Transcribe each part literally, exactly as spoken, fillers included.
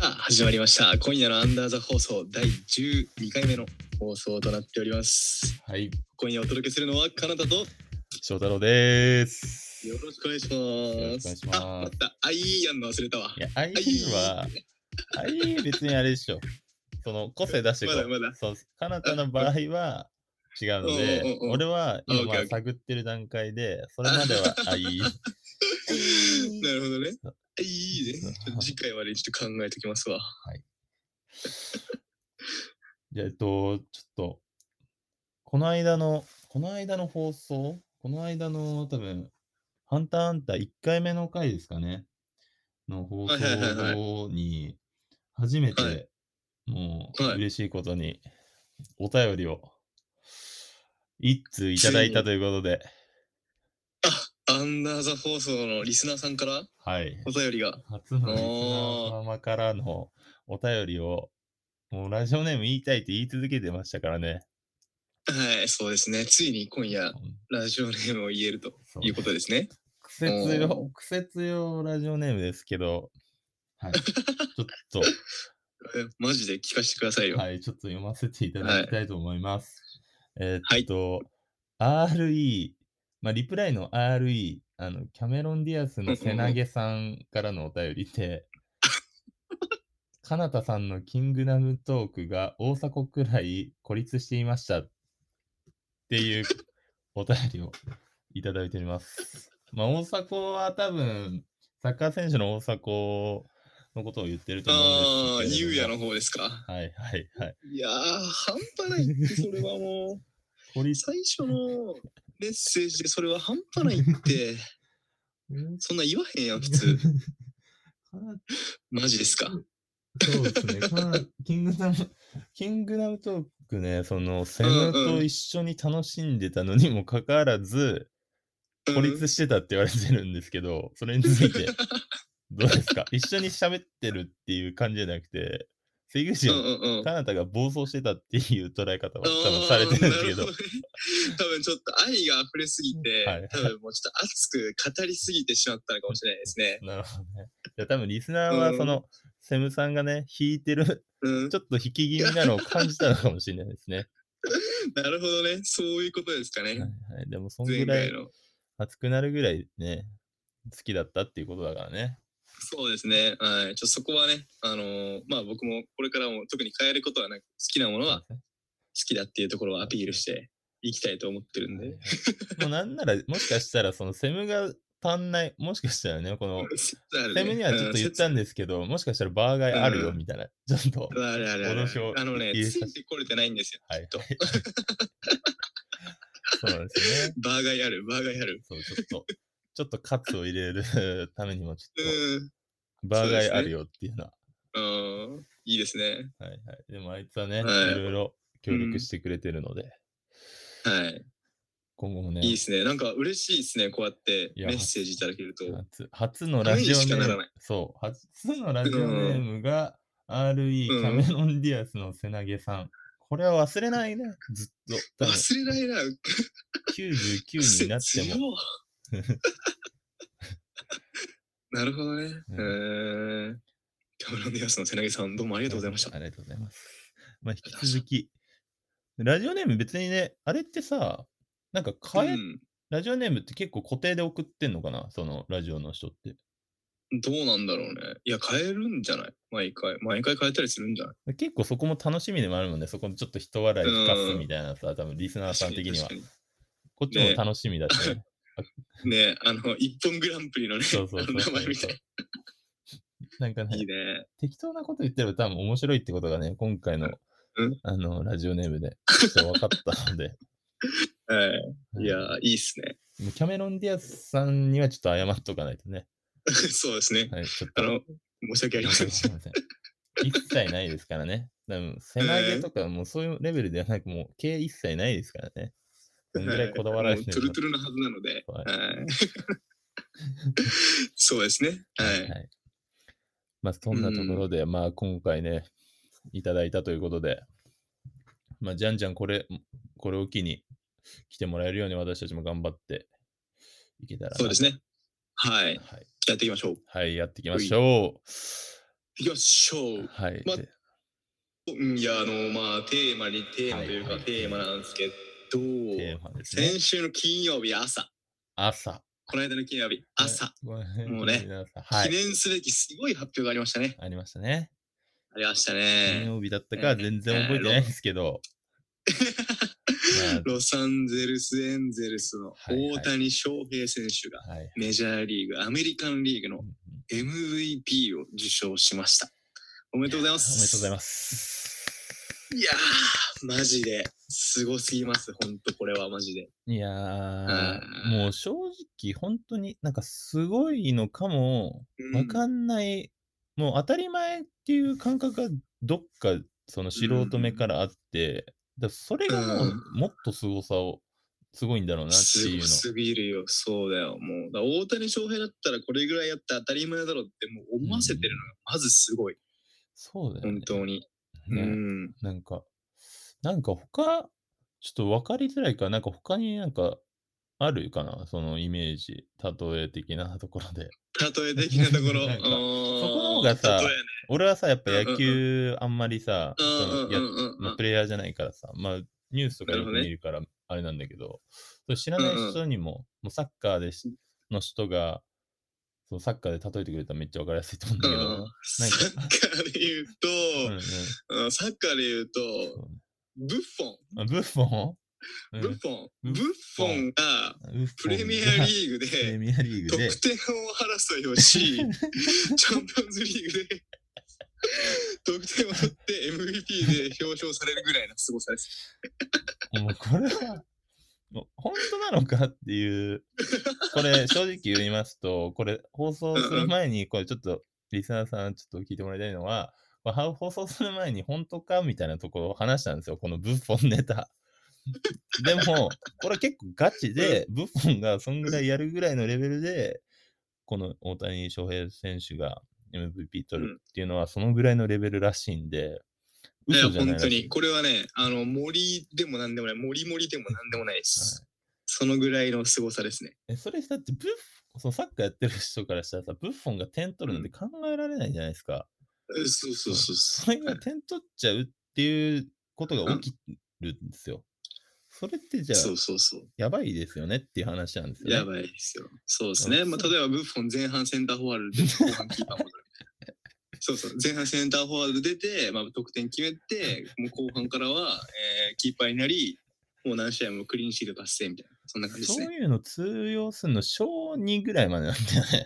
さあ始まりました。今夜のアンダーザ放送だいじゅうにかいめの放送となっております。 はい。 今夜お届けするのはカナダと翔太郎です。 よろしくお願いします。 よろしくお願いします。 あ、待った。あいやんの忘れたわ。 いや、あいは、あい別にあれでしょ。その個性出してこう。 まだまだ。 そう、カナダの場合は違うので、 うんうんうん、 俺は今まあオッケーオッケー探ってる段階で、それまではあいなるほどね。いいね。ちょっと次回までちょっと考えておきますわ。 はい。じゃあ、えっと、ちょっと、この間の、この間の放送この間の多分、ハンターハンターいっかいめの回ですかねの放はいはいはいはい。 送に、初めはい。 て、もはい。 う嬉しいことに、お便りを、一通いたついに、 だいたということで、 あ、アンダーザ放送のリスナーさんからはい。 お便りが。 初のリスナーおー。 様からのお便りを、もうラジオネーム言いたいって言い続けてましたからね。 はい、そうですね。ついに今夜、 うんラジオネームを言えるとそうね。 いうことですね。 苦節お用、 ー苦節用ラジオネームですけど、はい。ちょっと、 えマジで聞かせてくださいよ。 はい、ちょっと読ませていただきたいと思います。えーっはい。 と、アールイー、まあ、リプライの アールイー、あの、キャメロン・ディアスの背投げさんからのお便りで、カナタさんのキングダムトークが大迫くらい孤立していましたっていうお便りをいただいております。まあ、大迫は多分、サッカー選手の大迫のことを言ってると思うんああ、 ですけれども。 ゆうやの方ですか。 はいはいはい。 いやー、半端ないって、それはもう。 孤立最初のメッセージでそれは半端ないって。そんな言わへんやん、普通。マジですか。 そうですね。キングダム、キングダムトークね、その、セムと一緒に楽しんでたのにもかかわらず、 うん、 孤立してたって言われてるんですけど、それについて、どうですか一緒に喋ってるっていう感じじゃなくて、関口うんをうんうん。 カナタが暴走してたっていう捉え方はあ多分されてるんですけど。 ーなるほどね。多分ちょっと愛が溢れすぎて、 はいはい多分もうちょっと熱く語りすぎてしまったのかもしれないですね。 なるほどね。いや多分リスナーはその、セムさんがね、弾いてる、 うん、 ちょっと引き気味なのを感じたのかもしれないですね。 なるほどね。そういうことですかね。 はいはい。でもそんぐ前らい回の。 熱くなるぐらいね、好きだったっていうことだからね。 そうですね。はい。ちょっとそこはね、あのーまあ僕もこれからも特に変えることはなく、好きなものは好きだっていうところをアピールしていきたいと思ってるんで。 はいはいもうなんなら、もしかしたらそのセムが足んない、もしかしたらね、この、セムにはちょっと言ったんですけど、もしかしたらバーガイあるよみたいな、ちょっと、 あるあるある脅しをあのね、 入れさついてこれてないんですよ、 はいきっと。 そうなんですね。 バーガイある、バーガイある。 そう、ちょっと、ちょっとカツを入れるためにも、ちょっうん。 と、バーガイあるよっていうのは。 うん。いいですね。 はいはい。でもあいつはね、 はいいろいろ協力してくれてるので、 はい。 今後もね、 いいですね。なんか嬉しいですね。こうやっていやメッセージいただけると。 初初のラジオネームためにしかならない、 そう、初のラジオネームが アールイーうんキャメロン・ディアスの背投げさん。これは忘れないね、ずっと。多分忘れないな。 きゅうじゅうきゅうになっても。 も。なるほどね。 うんへーキャメロン・ディアスの背投げさん、どうもありがとうございました。 ありがとうございます。まあ、引き続き、ラジオネーム別にね、あれってさ、なんか変え、 うんラジオネームって結構固定で送ってんのかなそのラジオの人って。 どうなんだろうね。いや、変えるんじゃない毎回。毎回変えたりするんじゃない結構そこも楽しみでもあるもんね。そこでちょっと人笑い吹かすみたいなさ、多分リスナーさん的には。 確かに確かこっちも楽しみだしね。 にねあの、一本グランプリのね、 そうそうそうあの名前みたい。 なんかね、 いいね。 適当なこと言ってれば多分面白いってことがね、今回の、 うんあの、ラジオネームで、ちょっと分かったので。 はい。いやー、いいっすね。 もうキャメロン・ディアスさんにはちょっと謝っとかないとね。 そうですね。 はい、ちょっと。 あの、申し訳ありませんでした。 一切ないですからね。多分背投げとかもうそういうレベルではなく、もう経営一切ないですからね。そんぐらいこだわられてる。 トゥルトゥルなはずなので。 はいはい、そうですね。はい。はい、 まあ、そんなところで、まあ、今回ね、いただいたということで、まあ、じゃんじゃんこれ、これを機に来てもらえるように私たちも頑張っていけたらな。 そうですね。はい。 はい、 やっていきましょう。 はい、やっていきましょう。 いきましょう。 はい。 までうん、いや、あの、まあ、テーマに、テーマというか、 はいはいテーマなんですけど、 テーマですね。 先週の金曜日朝、 朝。 この間の金曜日これ、 朝、 ごめん、 もうね、 ごめんなさい。は記い。 念すべきすごい発表がありましたね。 ありましたね。 ありました金ね。 曜日だったかえは全然覚ー、ロえてないんですけど、まあ、 ロサンゼルスエンゼルスのはいはい。 大谷翔平選手がはいはい。 メジャーリーグ、アメリカンリーグのうんうんエムブイピー を受賞しました。おめでとうございまいやーおめでとうございす。 ます。 いやー、マジですごすぎます。ほんとこれはマジで。 いやはー、もう正直本当になんかすごいのかもい。うん。 わかんない、もう当たり前っていう感覚がどっかその素人目からあって、だそれうがもうん。 もっと凄さをすごいんだろうなってすごいうの。 すぎるよ。そうだよ。もう、だ大谷翔平だったらこれぐらいやって当たり前だろうってもう思わせてるのがまずすごい。 そうだよね。 本当に。うね。 ん。 なんか、なんか他、ちょっと分かりづらいから、なんか他になんかあるかな、そのイメージ、例え的なところで。 例え的なところ。 なんか、そこの方あがさ、 ー例えね。 俺はさ、やっぱ野うんうんうん。 球あんまりさ、 うんその、や、 うんうんうんまあ、 うん。 プレイヤーじゃないからさ、まあ、ニュースとかよなるほどね。 く見るから、あれなんだけど、それ知らないうんうん。 人にも、もうサッカーでしの人が、そう、サッカーで例えてくれたらめっちゃ分かりやすいと思うんだけど、 うん、 なんか、 サッカーで言ううんうん、 と、うん、サッカーで言うと、 そうね。 ブッフォン、 あ、ブッフォンうん。 ブッフォン、 ブッブッフフォン。 ォンがブッフプレォミアンがリーグでプレミアリーグで、 得点を争いをし、チャンピオンズリーグで得点を取って エムブイピー で表彰されるぐらいの凄さです。 もうこれは、もう本当なのかっていう、これ正直言いますと、これ放送する前に、これちょっとリスナーさんちょっと聞いてもらいたいのは、まあ、放送する前に本当かみたいなところを話したんですよ、このブッフォンネタ。でも、これ結構ガチで、ブッフォンがそんぐらいやるぐらいのレベルで、この大谷翔平選手が エムブイピー 取るうん。 っていうのは、そのぐらいのレベルらしいんで、 いや、 嘘じゃな本当に。 いらしい。 これはね、あの、森でもなんでもない、森森でもなんでもないではい。 す。そのぐらいの凄さですね。 え、それだってブッフそのサッカーやってる人からしたらさ、ブッフォンが点取るなんて考えられないじゃないですか。 うん、そうそううん。 そうそそれう。はい。 が点取っちゃうっていうことうん。 が起きるんですよ。それってじゃあ、 そうそうそう。 やばいですよねっていう話なんですよね。 やばいですよ。そうですうん、 ね。まあ、 そう。 例えばブッフォン前半センターフォワード出て、後半キーパー戻る。そうそう。前半センターフォワード出て、まあ、得点決めて、もう後半からは、えー、キーパーになり、もう何試合もクリーンシート達成みたいな。そんな感じですね。 そういうの通用するの小にぐらいまでなんだよね。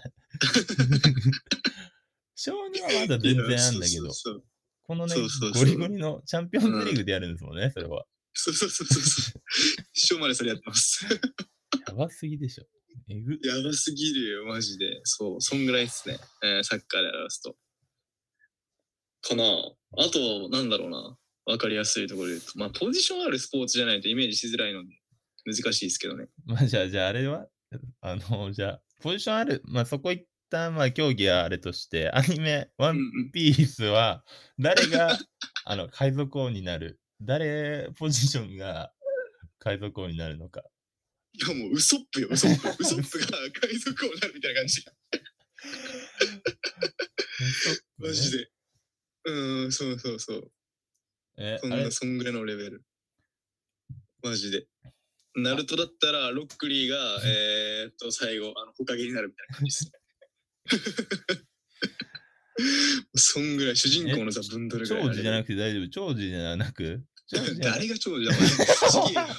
小にはまだいや、 全然あんそうだけど、 そうそう。 このね、 そうそうそう。 ゴリゴリのチャンピオンズリーうん。 グでやるんですもんね、それは。 そうそうそうそうそう。一生までそれやってます。 やばすぎでしょ。えぐ。 やばすぎるよ、マジで。そう、そんぐらいですね。えー、サッカーで表すと。かなあと、なんだろうな。わかりやすいところで言うと。まあ、ポジションあるスポーツじゃないとイメージしづらいので、難しいですけどね。 まあ、じゃあじゃあ、あれは、あの、じゃあ、ポジションある、ま、そこ一旦、ま、競技はあれとして、アニメ、ワンうんうん。 ピースは、誰が、あの、海賊王になる、誰ポジションが海賊王になるのか。 いや、もうウソップよ、ウソップ。ウソップが海賊王になるみたいな感じ。 ウソップね。 マジで。うーん、そうそうそう。 え、 そんな、 あれ、 そんぐらいのレベル。マジで。ナあ、 ルトだったら、ロックリーが、えー、っと、最後、あの、ホカゲになるみたいな感じですね。そんぐらい、主人公え、 のザ・ブンドルぐらい長のレベル。 寿じゃなくて大丈夫？長寿じゃなく長寿じゃな誰が長寿だ、お前。ちげえよ。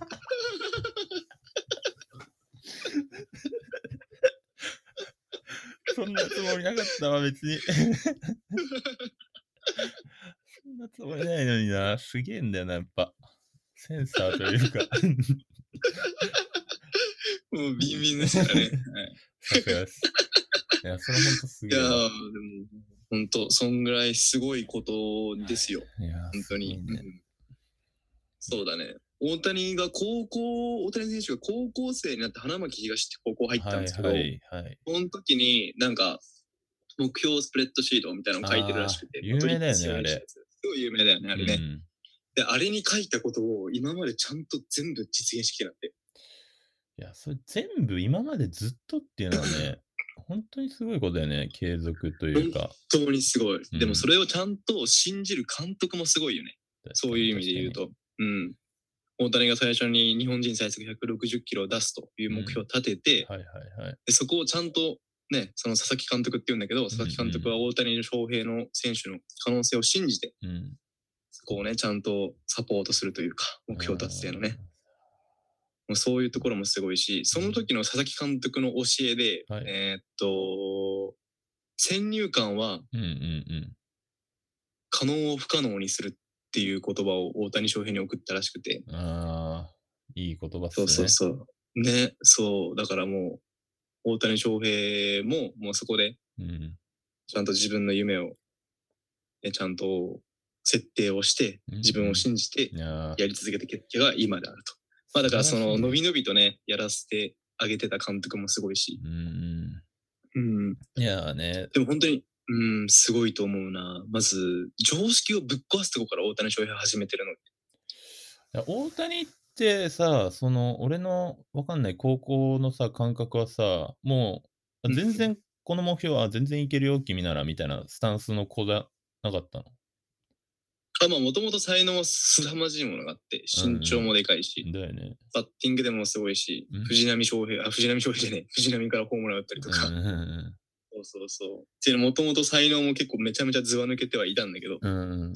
そんなつもりなかったわ、別に。そんなつもりないのにな。すげえんだよな、やっぱ。センサーというか。 もうビンビンですからね。はい。 さすがです。いや、それほんとすいやー、でげえわ。 も、ほんと、そんぐらいすごいことですよ。 いや、 本当に。 すごいね。 うん、そうだね。大谷が高校、大谷選手が高校生になって花巻東って高校入ったんですけど、 はいはいはい。 その時になんか目標スプレッドシートみたいなのを書いてるらしああ、 くて、 有名だよね、あれ。 マトリックス表にしたやつ。すごい有名だよね、あうれね。 ん。 で、あれに書いたことを今までちゃんと全部実現してきてなって。 いや、それ全部今までずっとっていうのはね、 本当にすごいことだよね。継続とい本うか。 当にすごい。 うんでもそれをちゃんと信じる監督もすごいよね。そういう意味で言うと。うん。大谷が最初に日本人最速ひゃくろくじゅっキロを出すという目標を立てて、 はいはいはい。 でそこをちゃんとね、その佐々木監督って言うんだけど、佐々木監督は大谷翔平の選手の可能性を信じて、 うん。 そこをね、ちゃんとサポートするというか、目標達成のね。もうそういうところもすごいし、その時の佐々木監督の教えで、 はいえーっと、先入観はうんうんうん。 可能を不可能にするっていう言葉を大谷翔平に送ったらしくて。 ああ、いい言葉っすそね。 うそうそう。ね、そう。だからもう、大谷翔平も、もうそこで、 うん。 ちゃんと自分の夢を、ね、ちゃんと設定をして、自分を信じていやーやり続けた結果が今であると。まあだからその、 素晴らしいね伸び伸びとね、やらせてあげてた監督もすごいし。 うん。 うん。 いやーね。 でも本当に、うん、すごいと思うな。まず、常識をぶっ壊すとこから大谷翔平始めてるの。 いや大谷ってさ、その、俺のわかんない高校のさ、感覚はさ、もう、 うん全然この目標は全然いけるよ、君なら、みたいなスタンスの子だなかったの？ あ、まあもともと才能は凄まじいものがあって、身長もでかいし、 だよね。 バッティングでもすごいし、 うん藤浪翔平、あ、藤浪翔平じゃねえ、藤浪からホームラン打ったりとか、 うんうんそうそうそう。っていうのもともと才能も結構めちゃめちゃずば抜けてはいたんだけど、 うん。うん。 うん。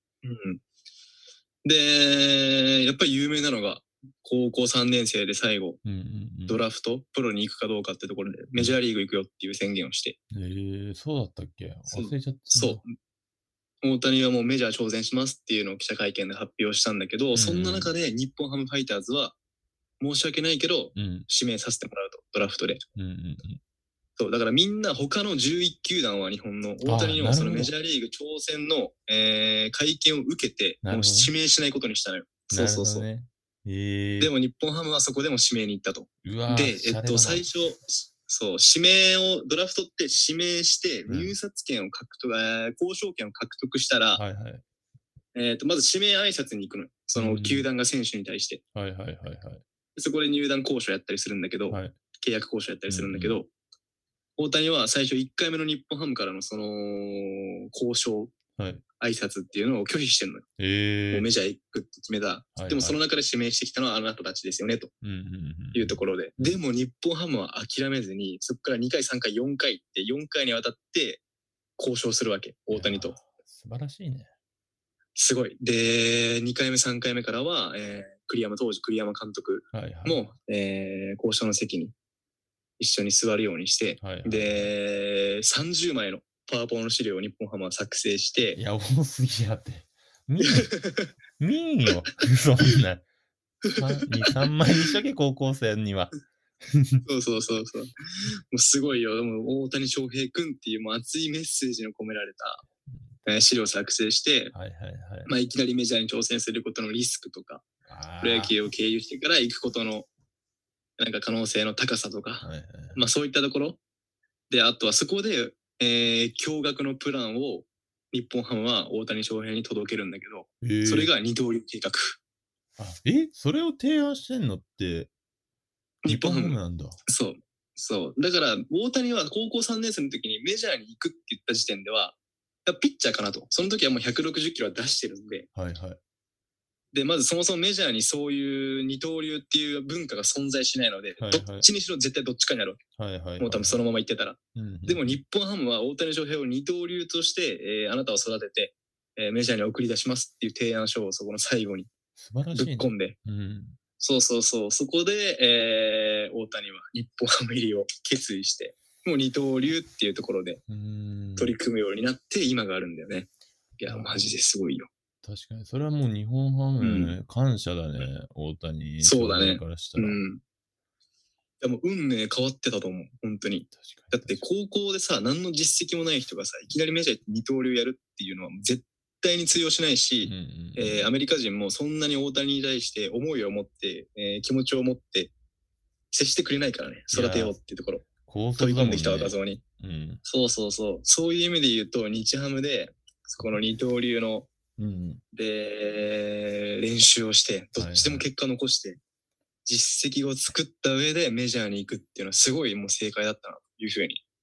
で、やっぱり有名なのが、高校さんねん生で最後、 うんうんうん。 ドラフト、プロに行くかどうかってところで、メジャーリーグ行くよっていう宣言をして、 ええ、そうだったっけ？ そう忘れちゃったな。 そう。大谷はもうメジャー挑戦しますっていうのを記者会見で発表したんだけど、 んそんな中で日本ハムファイターズは、申し訳ないけど、 うん。 指名させてもらうと、ドラフトで。 うんうんうん。 そう、だからみんな他のじゅういっ球団は日本の大谷のそのメジャーリーグ挑戦の、えー会見を受けて、もう指名しないことにしたのよ。そうそうそう。 ね。ええ。 でも日本ハムはそこでも指名に行ったと。 うわー、 で、えっと、 シャレだな最初、そう、指名を、ドラフトって指名してうん入札権を獲得、えー交渉権を獲得したら、 はいはい。 えっと、まず指名挨拶に行くのよ。その球団が選手に対して。 はいはいはいはい。 そこで入団交渉やったりするんだけど、 はい。 契約交渉やったりするんだけど、大谷は最初いっかいめの日本ハムからのその交渉、 はい。 挨拶っていうのを拒否してるのよ。 ええ。 もうメジャー行くって決めた。 いはいでもその中で指名してきたのはあなたたちですよね、とうんうんうん。 いうところで。でも日本ハムは諦めずに、そこからにかい、さんかい、よんかいってよんかいにわたって交渉するわけ、大谷と。 素晴らしいね。 すごい。で、にかいめ、さんかいめからは、えー、栗山、当時栗山監督はいはい。 も、えー、交渉の席に一緒に座るようにして、 はいはいで、さんじゅうまいのパワポの資料を日本ハムは作成しいて、 や、多すぎやって。見ん、見んよ。そんな。に、さんまいにしとけ、高校生には。 そうそうそうそう。もうすごいよ。でも大谷翔平君っていうもう熱いメッセージの込められた、えー資料を作成して、 はいはいはい。 まあ、いきなりメジャーに挑戦することのリスクとか、 あプロ野球を経由してから行くことのなんか可能性の高さとか、 はいはい。 まあそういったところで、あとはそこで、えー、驚愕のプランを日本ハムは大谷翔平に届けるんだけど、 えーそれが二刀流計画。 あ、えそれを提案してんのって、 日本ハムなんだ。 そう。そう。だから、大谷は高校さんねん生の時にメジャーに行くって言った時点では、ピッチャーかなと。その時はもうひゃくろくじゅっキロは出してるんで、 はいはい。 で、まずそもそもメジャーにそういう二刀流っていう文化が存在しないので、 はいはいどっちにしろ絶対どっちかになるわけ。 はいはいはい。 もう多分そのまま言ってたら。 うんうんでも日本ハムは大谷翔平を二刀流として、えーあなたを育てて、えーメジャーに送り出しますっていう提案書をそこの最後に素晴らしい、ね。 ぶっ込んで、 うん。 そうそうそう、そこで、えー大谷は日本ハム入りを決意して、もう二刀流っていうところでうん取り組むようになって今があるんだよね。いや、マジですごいよ。 確かに、それはもう日本ハム、 うん感謝だね、大谷そうだね翔平からしたら。 うん。でも運命変わってたと思う、本当に。 確かに。 だって高校でさ、何の実績もない人がさ、いきなりメジャー行って二刀流やるっていうのは絶対に通用しないし、 うんうんうんえーアメリカ人もそんなに大谷に対して思いを持って、えー気持ちを持って接してくれないからね、育てようっていうところ。 高卒だもんね。 飛び込んできた若造に。 うん。 そうそうそう。そういう意味で言うと、日ハムで、この二刀流の、 うん。 で、練習をして、どっちでも結果残して、実績を作った上でメジャーに行くっていうのはすごいもう正解だったな、というふうに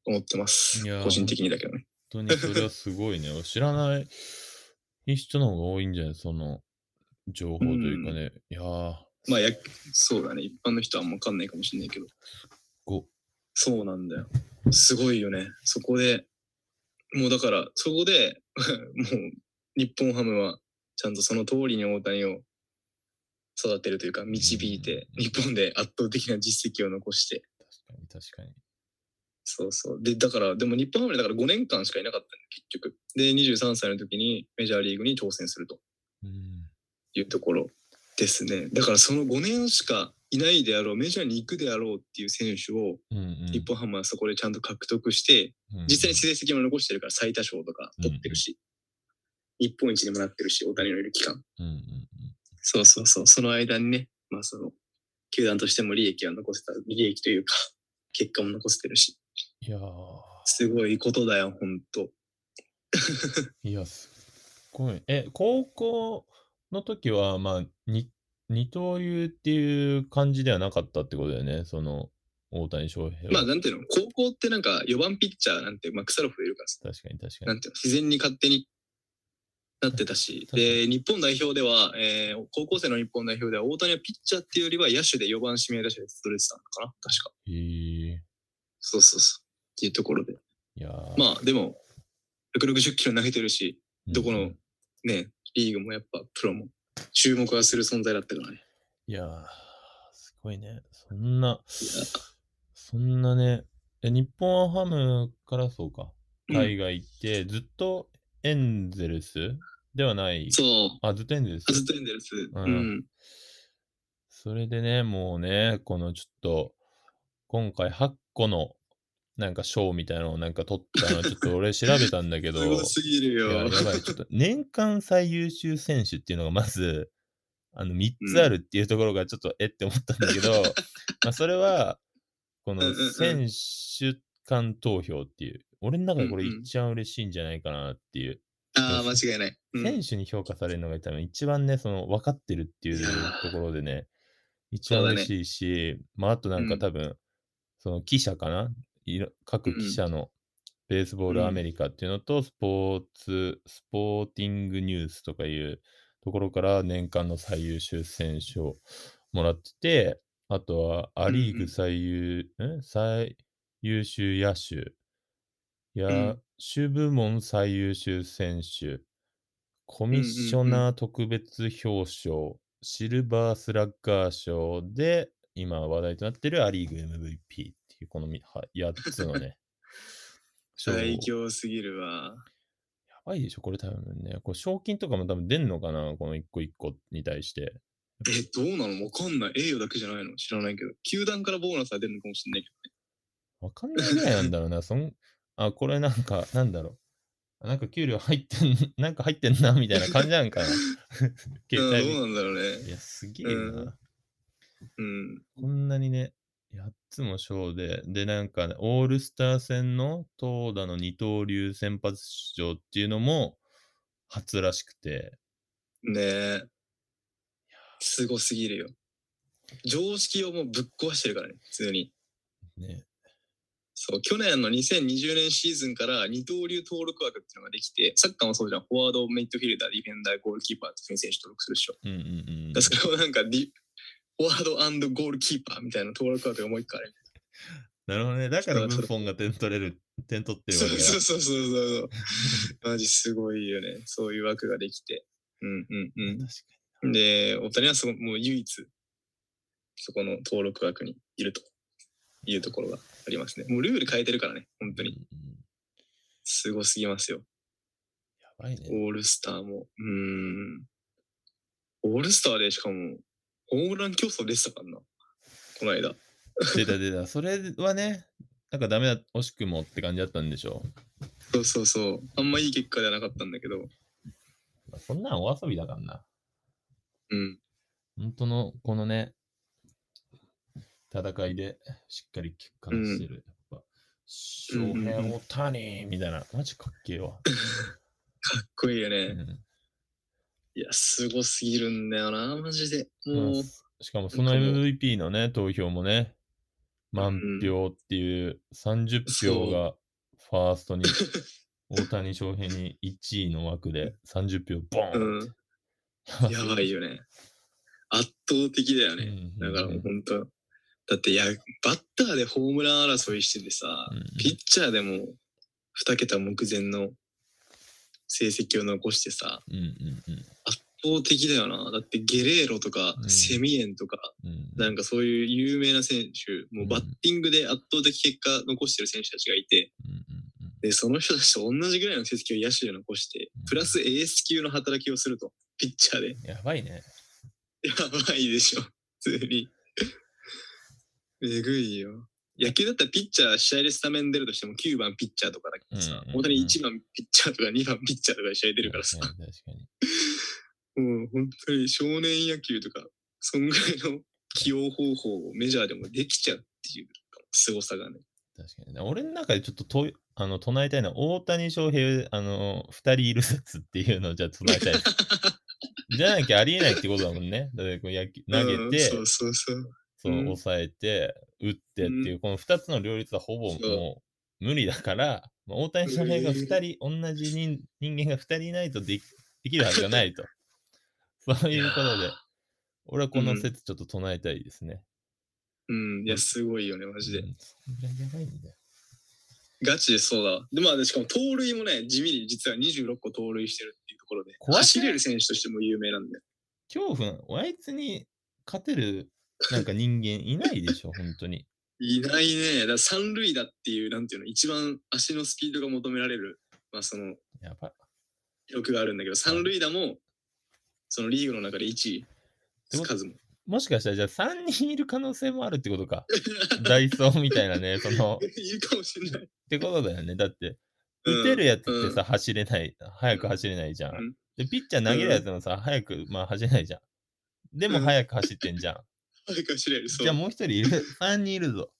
思ってます。 いやー、 個人本的にだけどね。 当にそれはすごいね。知らない人の方が多いんじゃないその情報というかね。いやー、 まあや、そうだね。一般の人はあんま分かんないかもしれないけど。 ご、 そうなんだよ。すごいよね。そこで、もうだから、そこでもう、日本ハムは、ちゃんとその通りに大谷を育てるというか、導いて、日本で圧倒的な実績を残して。 確かに確かに。 そうそう。で、だから、でも日本ハムでだからごねんかんしかいなかったんだ、結局。で、にじゅうさんさいの時にメジャーリーグに挑戦するというところですね。だからそのごねんしかいないであろう、メジャーに行くであろうっていう選手を、日本ハムはそこでちゃんと獲得して、実際に成績も残してるから最多勝とか取ってるし、日本一にもなってるし、大谷のいる期間。そうそうそう。その間にね、まあその、球団としても利益は残せた、利益というか、結果も残せてるし。 いやー、 すごいことだよ、ほんと。 いや、すごい。え、高校の時は、まあ、に二刀流っていう感じではなかったってことだよね、その、大谷翔平は。 まあ、なんていうの、高校ってなんかよばんピッチャーなんて、まあ、腐るほどいるからさ。 確かに確かに。 なんていうの、自然に勝手になってたし、で、日本代表では、えー、高校生の日本代表では、大谷はピッチャーっていうよりは野手でよばん指名打者でストレートたのかな、確か。 へえ。 そうそうそう。っていうところで。 いやまあ、でも、ひゃくろくじゅっキロ投げてるし、どこのね、リーグもやっぱプロも注目はする存在だったからね。 いやー、すごいね。そんな、そんなね、え、日本ハムからそうか、海外行って、うん、ずっとエンゼルスではない。 そう。 あ、ずっとエンゼルス。 ずっとエンゼルス。 うん。うん、それでね、もうね、このちょっと、今回はっこのなんか賞みたいなのをなんか取ったの、ちょっと俺調べたんだけど、 すごすぎるよ。 いや、やばい、ちょっと年間最優秀選手っていうのがまず、あのみっつあるっていうところがちょっと、えって思ったんだけど、まあそれは、この選手間投票っていう、俺の中でこれ一番嬉しいんじゃないかなっていう。 ああ、間違いない。 選手に評価されるのが多分一番ね、その分かってるっていうところでね、一番嬉しいし、まああとなんか多分、その記者かないろ各記者のベースボールアメリカっていうのと、スポーツ、スポーティングニュースとかいうところから年間の最優秀選手をもらってて、あとはア・リーグ最優、ん最優秀野手、野手部門最優秀選手、コミッショナー特別表彰、シルバースラッガー賞で、今話題となっているア・リーグ エムブイピー っていうこのやっつのね、 最強すぎるわ。 やばいでしょ、これ多分ね。これ賞金とかも多分出んのかな、この一個一個に対して。 え、どうなのわかんない。栄誉だけじゃないの知らないけど。球団からボーナスが出るのかもしれないけどね。 わかんないぐらいなんだろうな。そんあ、これなんか、なんだろう。なんか給料入ってん、なんか入ってんな、みたいな感じなんかな。 携帯どうなんだろうね。 いや、すげえな。 うん。 こんなにね、やっつも賞で、で、なんかね、オールスター戦の投打の二刀流先発出場っていうのも初らしくて。 ねえ。すごすぎるよ。常識をもうぶっ壊してるからね、普通に。ね。そう、去年のにせんにじゅうねんシーズンから二刀流登録枠っていうのができて、サッカーもそうじゃん。フォワード、ミッドフィルダー、ディフェンダー、ゴールキーパーっていう選手登録するでしょ。うんうんうん。それをなんかディ、フォワード&ゴールキーパーみたいな登録枠がもう一個ある。なるほどね。だからブッフォンが点取れる、点取ってるわけだ。そうそうそうそうそう。マジすごいよね。そういう枠ができて。うんうんうん。確かに。で、大谷はそのもう唯一、そこの登録枠にいるというところがありますね。もうルール変えてるからね、本当に。すごすぎますよ。やばいね。オールスターも。うーん。オールスターでしかも、ホームラン競争でしたからな。この間。出た出た。それはね、なんかダメだ、惜しくもって感じだったんでしょう。そうそうそう。あんまいい結果ではなかったんだけど。 そんなんお遊びだからな。 うん。 本当の、このね、戦いでしっかり結果出してる。うん、やっぱ、翔平大谷みたいな、マジかっけえわ。 かっこいいよね。うん、いや、すごすぎるんだよな、マジで。もう。 しかもその エムブイピー のね、投票もね、 満票っていうさんじゅっぴょうがファーストに、大谷翔平にいちいの枠でさんじゅっぴょうボーンって。 うん。やばいよね。圧倒的だよね。だからもう本当。だってや、バッターでホームラン争いしててさ、 うんうんピッチャーでもに桁目前の成績を残してさ、 うんうんうん。 圧倒的だよな。だってゲレーロとか、 うんセミエンとか、 うんうんなんかそういう有名な選手、もうバッティングで圧倒的結果残してる選手たちがいて、 うんうんうんで、その人たちと同じぐらいの成績を野手で残してうん、 プラスエース級の働きをすると、ピッチャーで。 やばいね。 やばいでしょ、普通に。えぐいよ。野球だったらピッチャー試合でスタメン出るとしてもきゅうばんピッチャーとかだけどさ、 うんうんうん大谷いちばんピッチャーとかにばんピッチャーとかで試合出るからさ、 確かに確かに。 もう本当に少年野球とか、そんぐらいの起用方法をメジャーでもできちゃうっていう凄さがね。 確かにね。俺の中でちょっととあの唱えたいのは、大谷翔平、あの、ふたりいる説っていうのをじゃあ唱えたいです。じゃなきゃありえないってことだもんね。だってこう野球投げうんて、 そうそうそう。 そう、 うん抑えて、打ってっていう、このふたつの両立はほぼそうもう無理だから、まあ、大谷翔平がふたり、同じ人人間がふたりいないとできできるはずがないと。そういうことで、俺はこの説ちょっと唱えたいですね。 うん、いや、すごいよね、マジで。 うん、そんぐらいやばいんだよ。 ガチでそうだわ。で、まあ、しかも盗塁もね、地味に実はにじゅうろっこ盗塁してるっていうところで、 怖くない走れる選手としても有名なんだよ。 恐怖、あいつに勝てるなんか人間いないでしょ、本当に。 いないね。だから三塁打っていう、なんていうの、一番足のスピードが求められる、まあ、その、 やばい。 記録があるんだけど、三塁打も、そのリーグの中でいちい、 でも数も。 もしかしたらじゃあさんにんいる可能性もあるってことか。ダイソーみたいなね、その、 いるかもしれない。 ってことだよね。だって、 うん打てるやつってうんさ、走れない、早く走れないじゃん。 うんで、ピッチャー投げるやつもさ、早く、まあ走れないじゃん。でもうん早く走ってんじゃん。 早く走れる、そう。 じゃあもう一人いる、さんにんいるぞ。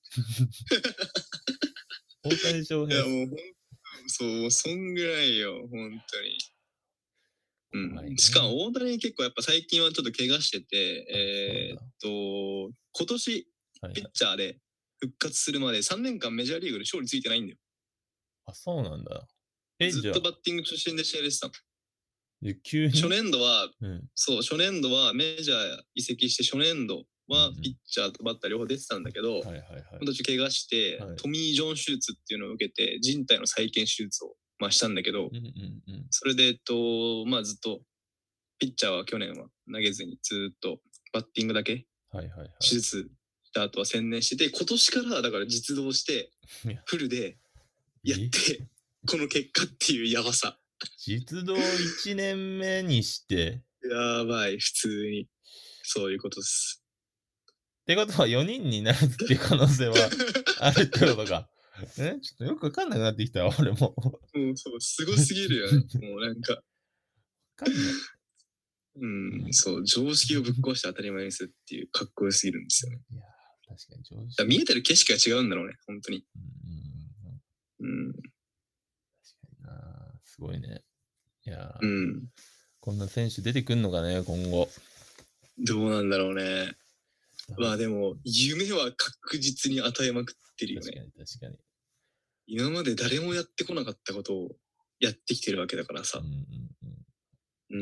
大谷翔いや、 平。 もう、ほんそう、そんぐらいよ、本当に。うん、 怖いねしかも大谷結構やっぱ最近はちょっと怪我してて、 あえーっと、今年はいはい、 ピッチャーで復活するまでさんねんかんメジャーリーグで勝利ついてないんだよ。 あ、そうなんだ。え、 ずじゃあっとバッティング中心で試合でしたの。 で急に。 初年度は、 うん。 そう、初年度はメジャー移籍して初年度はうんうんピッチャーとバッター両方出てたんだけど、 はいはいはい。 今年怪我して、 はいトミー・ジョン手術っていうのを受けて、人体の再建手術を、まあ、したんだけど、 うんうんうん。 それで、えっと、まあずっと、ピッチャーは去年は投げずにずっとバッティングだけはいはいはい。 手術した後は専念してて、今年からだから実動していやフルでやってこの結果っていうやばさ。 実動いちねんめにしてやばい、普通にそういうことです。 ってことはよにんになるっていう可能性はあるってことか。えちょっとよくわかんなくなってきたわ、俺も。 もうそう、すごすぎるよね。もうなんか。 わかんない。 うん、そう、常識をぶっ壊して当たり前にするっていうかっこよすぎるんですよね。 いやー、確かに常識。 だから見えてる景色が違うんだろうね、本当に。 うんうんうん、 うん。 確かにな。すごいね。いやー、 うん。 こんな選手出てくんのかね、今後。 どうなんだろうね。まあでも、夢は確実に与えまくってるよね。 確かに確かに。 今まで誰もやってこなかったことをやってきてるわけだからさ。 うんうんうん、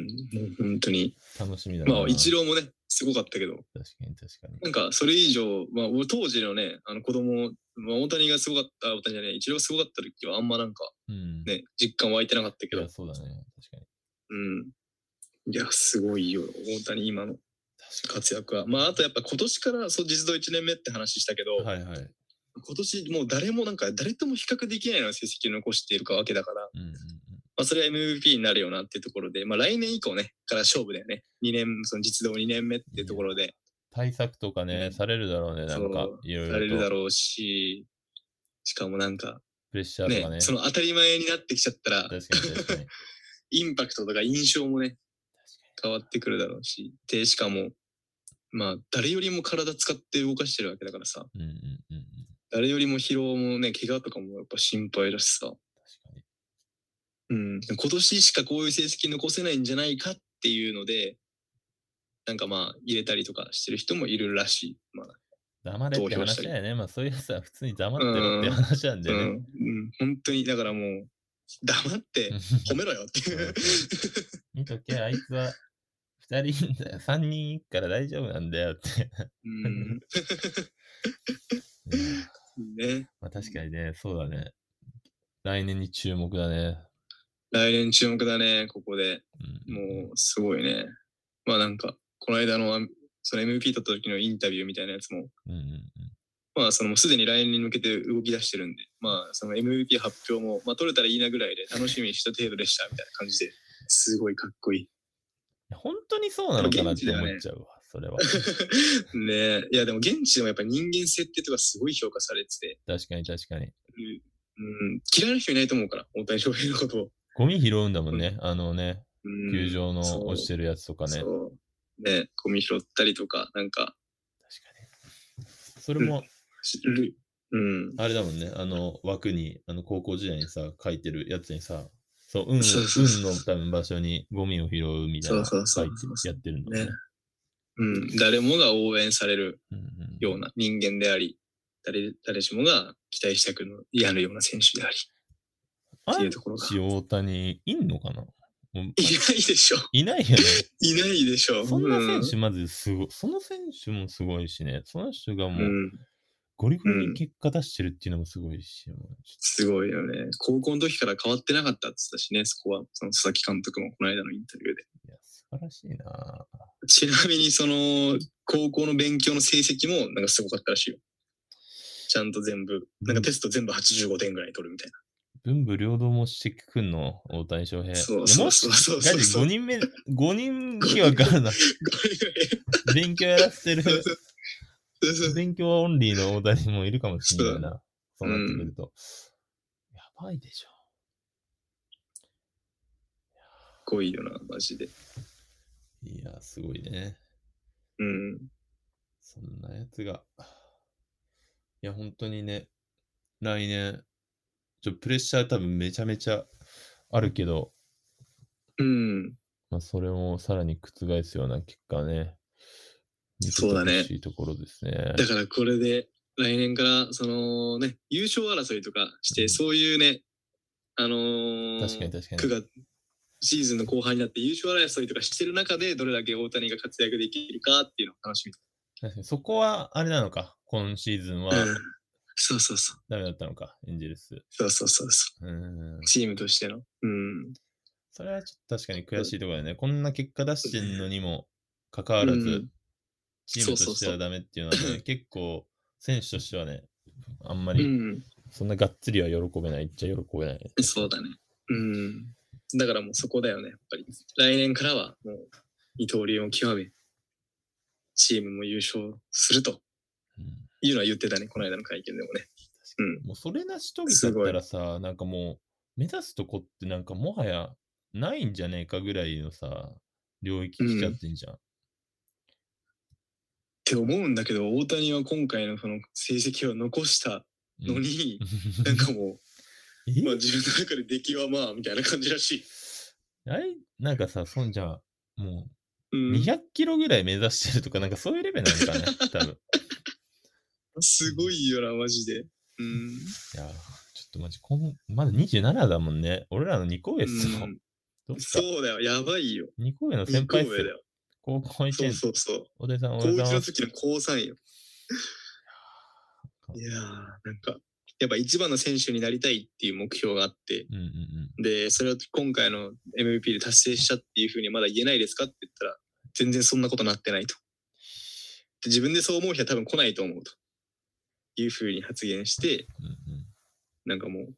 もう本当に。 楽しみだな。 まあ、イチローもね、すごかったけど、 確かに確かに。 なんかそれ以上、まあ、俺当時のね、あの子供、まあ、大谷がすごかった、大谷じゃない、イチローがすごかった時はあんまなんかうん。 ね、実感湧いてなかったけどいや、、そうだね。確かに。 うん。いや、すごいよ、大谷今の確か活躍は。まあ、あとやっぱ今年からそう実動いちねんめって話したけど、 に。はいはい。 今年もう誰もなんか誰とも比較できないような成績を残しているかわけだから、 うんうんうん。 まあ、それは エムブイピー になるよなっていうところで、まあ、来年以降ね、から勝負だよね。にねん、その実動にねんめっていうところで、 対策とかね、 うんされるだろうね、なんかそう、 いろいろと。 されるだろうし、しかもなんか、 プレッシャーとかね。 ね、その当たり前になってきちゃったら、 確かに確かに。 インパクトとか印象もね、 確変わってくるだろうし、で、しかも、まあ、誰よりも体使って動かしてるわけだからさ、 かに。うんうんうんうん。 誰よりも疲労もね、怪我とかもやっぱ心配だしさ、 確かに。 うん、今年しかこういう成績残せないんじゃないかっていうので、なんかまあ入れたりとかしてる人もいるらしい。まあ、 黙れって投票したり。 話だよね。まあそういうやつは普通に黙うってろってん。 話なんでね。 うん。うん。本当に、だからもう、黙って褒めろよっていう。 見とけ、あいつは二人いんだよ、三人いっから大丈夫なんだよって。 うん。 いやね。 まあ確かにね、そうだね。来年に注目だね。 来年注目だね、ここで。 うん、 もう、すごいね。まあなんか、この間の、その エムブイピー 取った時のインタビューみたいなやつも、 うんうんうん、 まあ、そのもうすでに来年に向けて動き出してるんで、まあ、その エムブイピー 発表も、まあ、取れたらいいなぐらいで楽しみにした程度でしたみたいな感じで、すごいかっこいい。 本当にそうなのかなって思っちゃうわ、それは。 ねえ。いや、でも現地でもやっぱ人間設定とかすごい評価されてて。 確かに確かに。 うん、嫌いな人いないと思うから、大谷翔平のことを。 ゴミ拾うんだもんね、うん、あのね、 うん、 球場の落ちてるやつとかね。 そう。ね、ゴミ拾ったりとか、なんか。 確かに。それも、 うん、 あれだもんね、あの枠に、あの高校時代にさ、書いてるやつにさ、そう、運運の多分場所にゴミを拾うみたいな書いてやってるんだもんね。 うん、誰もが応援されるような人間であり、誰誰しもが期待したくやるような選手であり。 っていうところが。アンチ大谷いんのかな？ いないでしょ。 いないよね。 いないでしょ。 そんな選手まずすごい、その選手もすごいしね、その人がもう、うんゴリゴリに結果出してるっていうのもすごいし、うん、 すごいよね。高校の時から変わってなかったって言ったしね、そこは、その佐々木監督もこの間のインタビューで。 いや、素晴らしいな。 ちなみにその、高校の勉強の成績もなんかすごかったらしいよ。ちゃんと全部、なんかテスト全部はちじゅうごてんぐらい取るみたいな。 文武両道もしてくんの、大谷翔平。 そうそうそうそうそうそう。ごにんめ、ごにんきわかるな。勉強やらせてる。勉強オンリーの大谷もいるかもしれないな。そうなってくると。うん、やばいでしょ。 すごいよな、マジで。 いや、すごいね。 うん。 そんなやつが。いや、本当にね、来年、ちょプレッシャー多分めちゃめちゃあるけど、 うん。 まあ、それもさらに覆すような結果ね。 そうだね。 見てほしいところですね。 だからこれで来年からそのね優勝争いとかして、うん、そういうねあのー、 確かに確かにくがつシーズンの後半になって優勝争いとかしてる中でどれだけ大谷が活躍できるかっていうのを楽しみ。 確かにそこはあれなのか、今シーズンは、うん、 そうそうそうダメだったのか、エンジェルス。 そうそうそうそううんチームとしてのうんそれはちょっと確かに悔しいところだよね、うん、こんな結果出してんのにもかかわらず、うんチームとしてはダメっていうのはね、そうそうそう結構選手としてはね、あんまりそんながっつりは喜べないっちゃ喜べない、ねうん。そうだね。うん。だからもうそこだよね、やっぱり。来年からはもう二刀流を極め、チームも優勝するというのは言ってたね、この間の会見でもね。 うん。もうそれなし遂げちゃったらさ、なんかもう目指すとこってなんかもはやないんじゃねえかぐらいのさ、領域来ちゃってんじゃん。うんって思うんだけど、大谷は今回のその成績を残したのに、うん、なんかもう、まあ自分の中で出来はまあみたいな感じらしい。 あれなんかさ、そんじゃ、もう、にひゃくキロぐらい目指してるとか、なんかそういうレベルなのかね、多分。 すごいよな、マジで。うん。いや、ちょっとマジ、こんまだにじゅうななだもんね。俺らのにこ上っすよ。 どうすかそうだよ、やばいよ。 にこ上の先輩っすよ。高校いちねん。 そうそうそう。 おでさん、 高いちの時の高さんよ。いやー、なんか、やっぱ一番の選手になりたいっていう目標があって、 うんうんうん、 で、それを今回の エムブイピー で達成したっていうふうにまだ言えないですかって言ったら、全然そんなことなってないと。で自分でそう思う日は多分来ないと思うというふうに発言して、うんうん、なんかもう、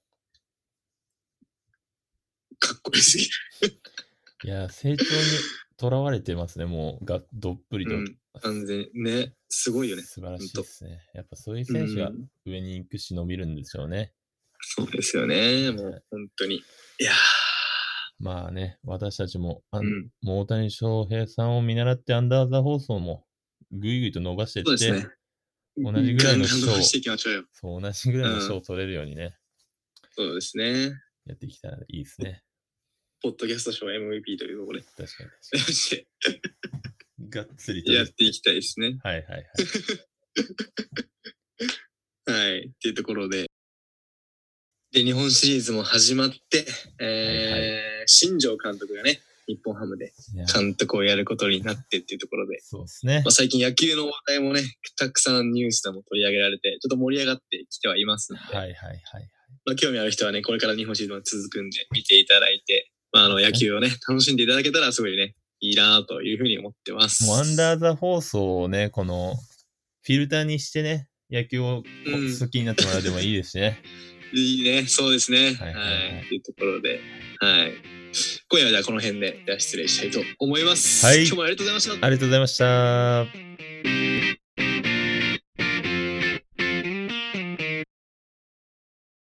かっこいいすぎる。 いや、成長にとらわれてますね、もうがどっぷりと。うん、 完全にね、すごいよね。 素晴らしいですね。やっぱそういう選手が上に行くし伸びるんでしょうね。 うん、そうですよね、もう本当に。いやまあね、私たちも、あうん、もう大谷翔平さんを見習ってアンダーザ放送もぐいぐいと伸ばしていって、ね、同じぐらいの賞を、そう、同じぐらいの賞を取れるようにね、 うん、そうですね。 やってきたらいいですね。 ポッドキャスト賞 エムブイピー というところで。 確かに確かに。がっつりとやっていきたいですね。 はいはいはい。 はい。っていうところで。で、日本シリーズも始まって、えーはいはい、新庄監督がね、日本ハムで監督をやることになってっていうところで、 そうですね。 まあ、最近野球の話題もね、たくさんニュースでも取り上げられて、ちょっと盛り上がってきてはいますので、 はいはいはい、はい。 まあ、興味ある人はね、これから日本シリーズも続くんで、見ていただいて、まあ、あの野球をね、楽しんでいただけたらすごいね、いいなというふうに思ってます。 もうアンダーザ放送をね、このフィルターにしてね、野球を好きになってもらうでもいいですしね。 うん、いいね、そうですね。はい、はいはい、というところで、はい。今夜はじゃあこの辺で、じゃあ失礼したいと思います。はい。今日もありがとうございました。 ありがとうございました。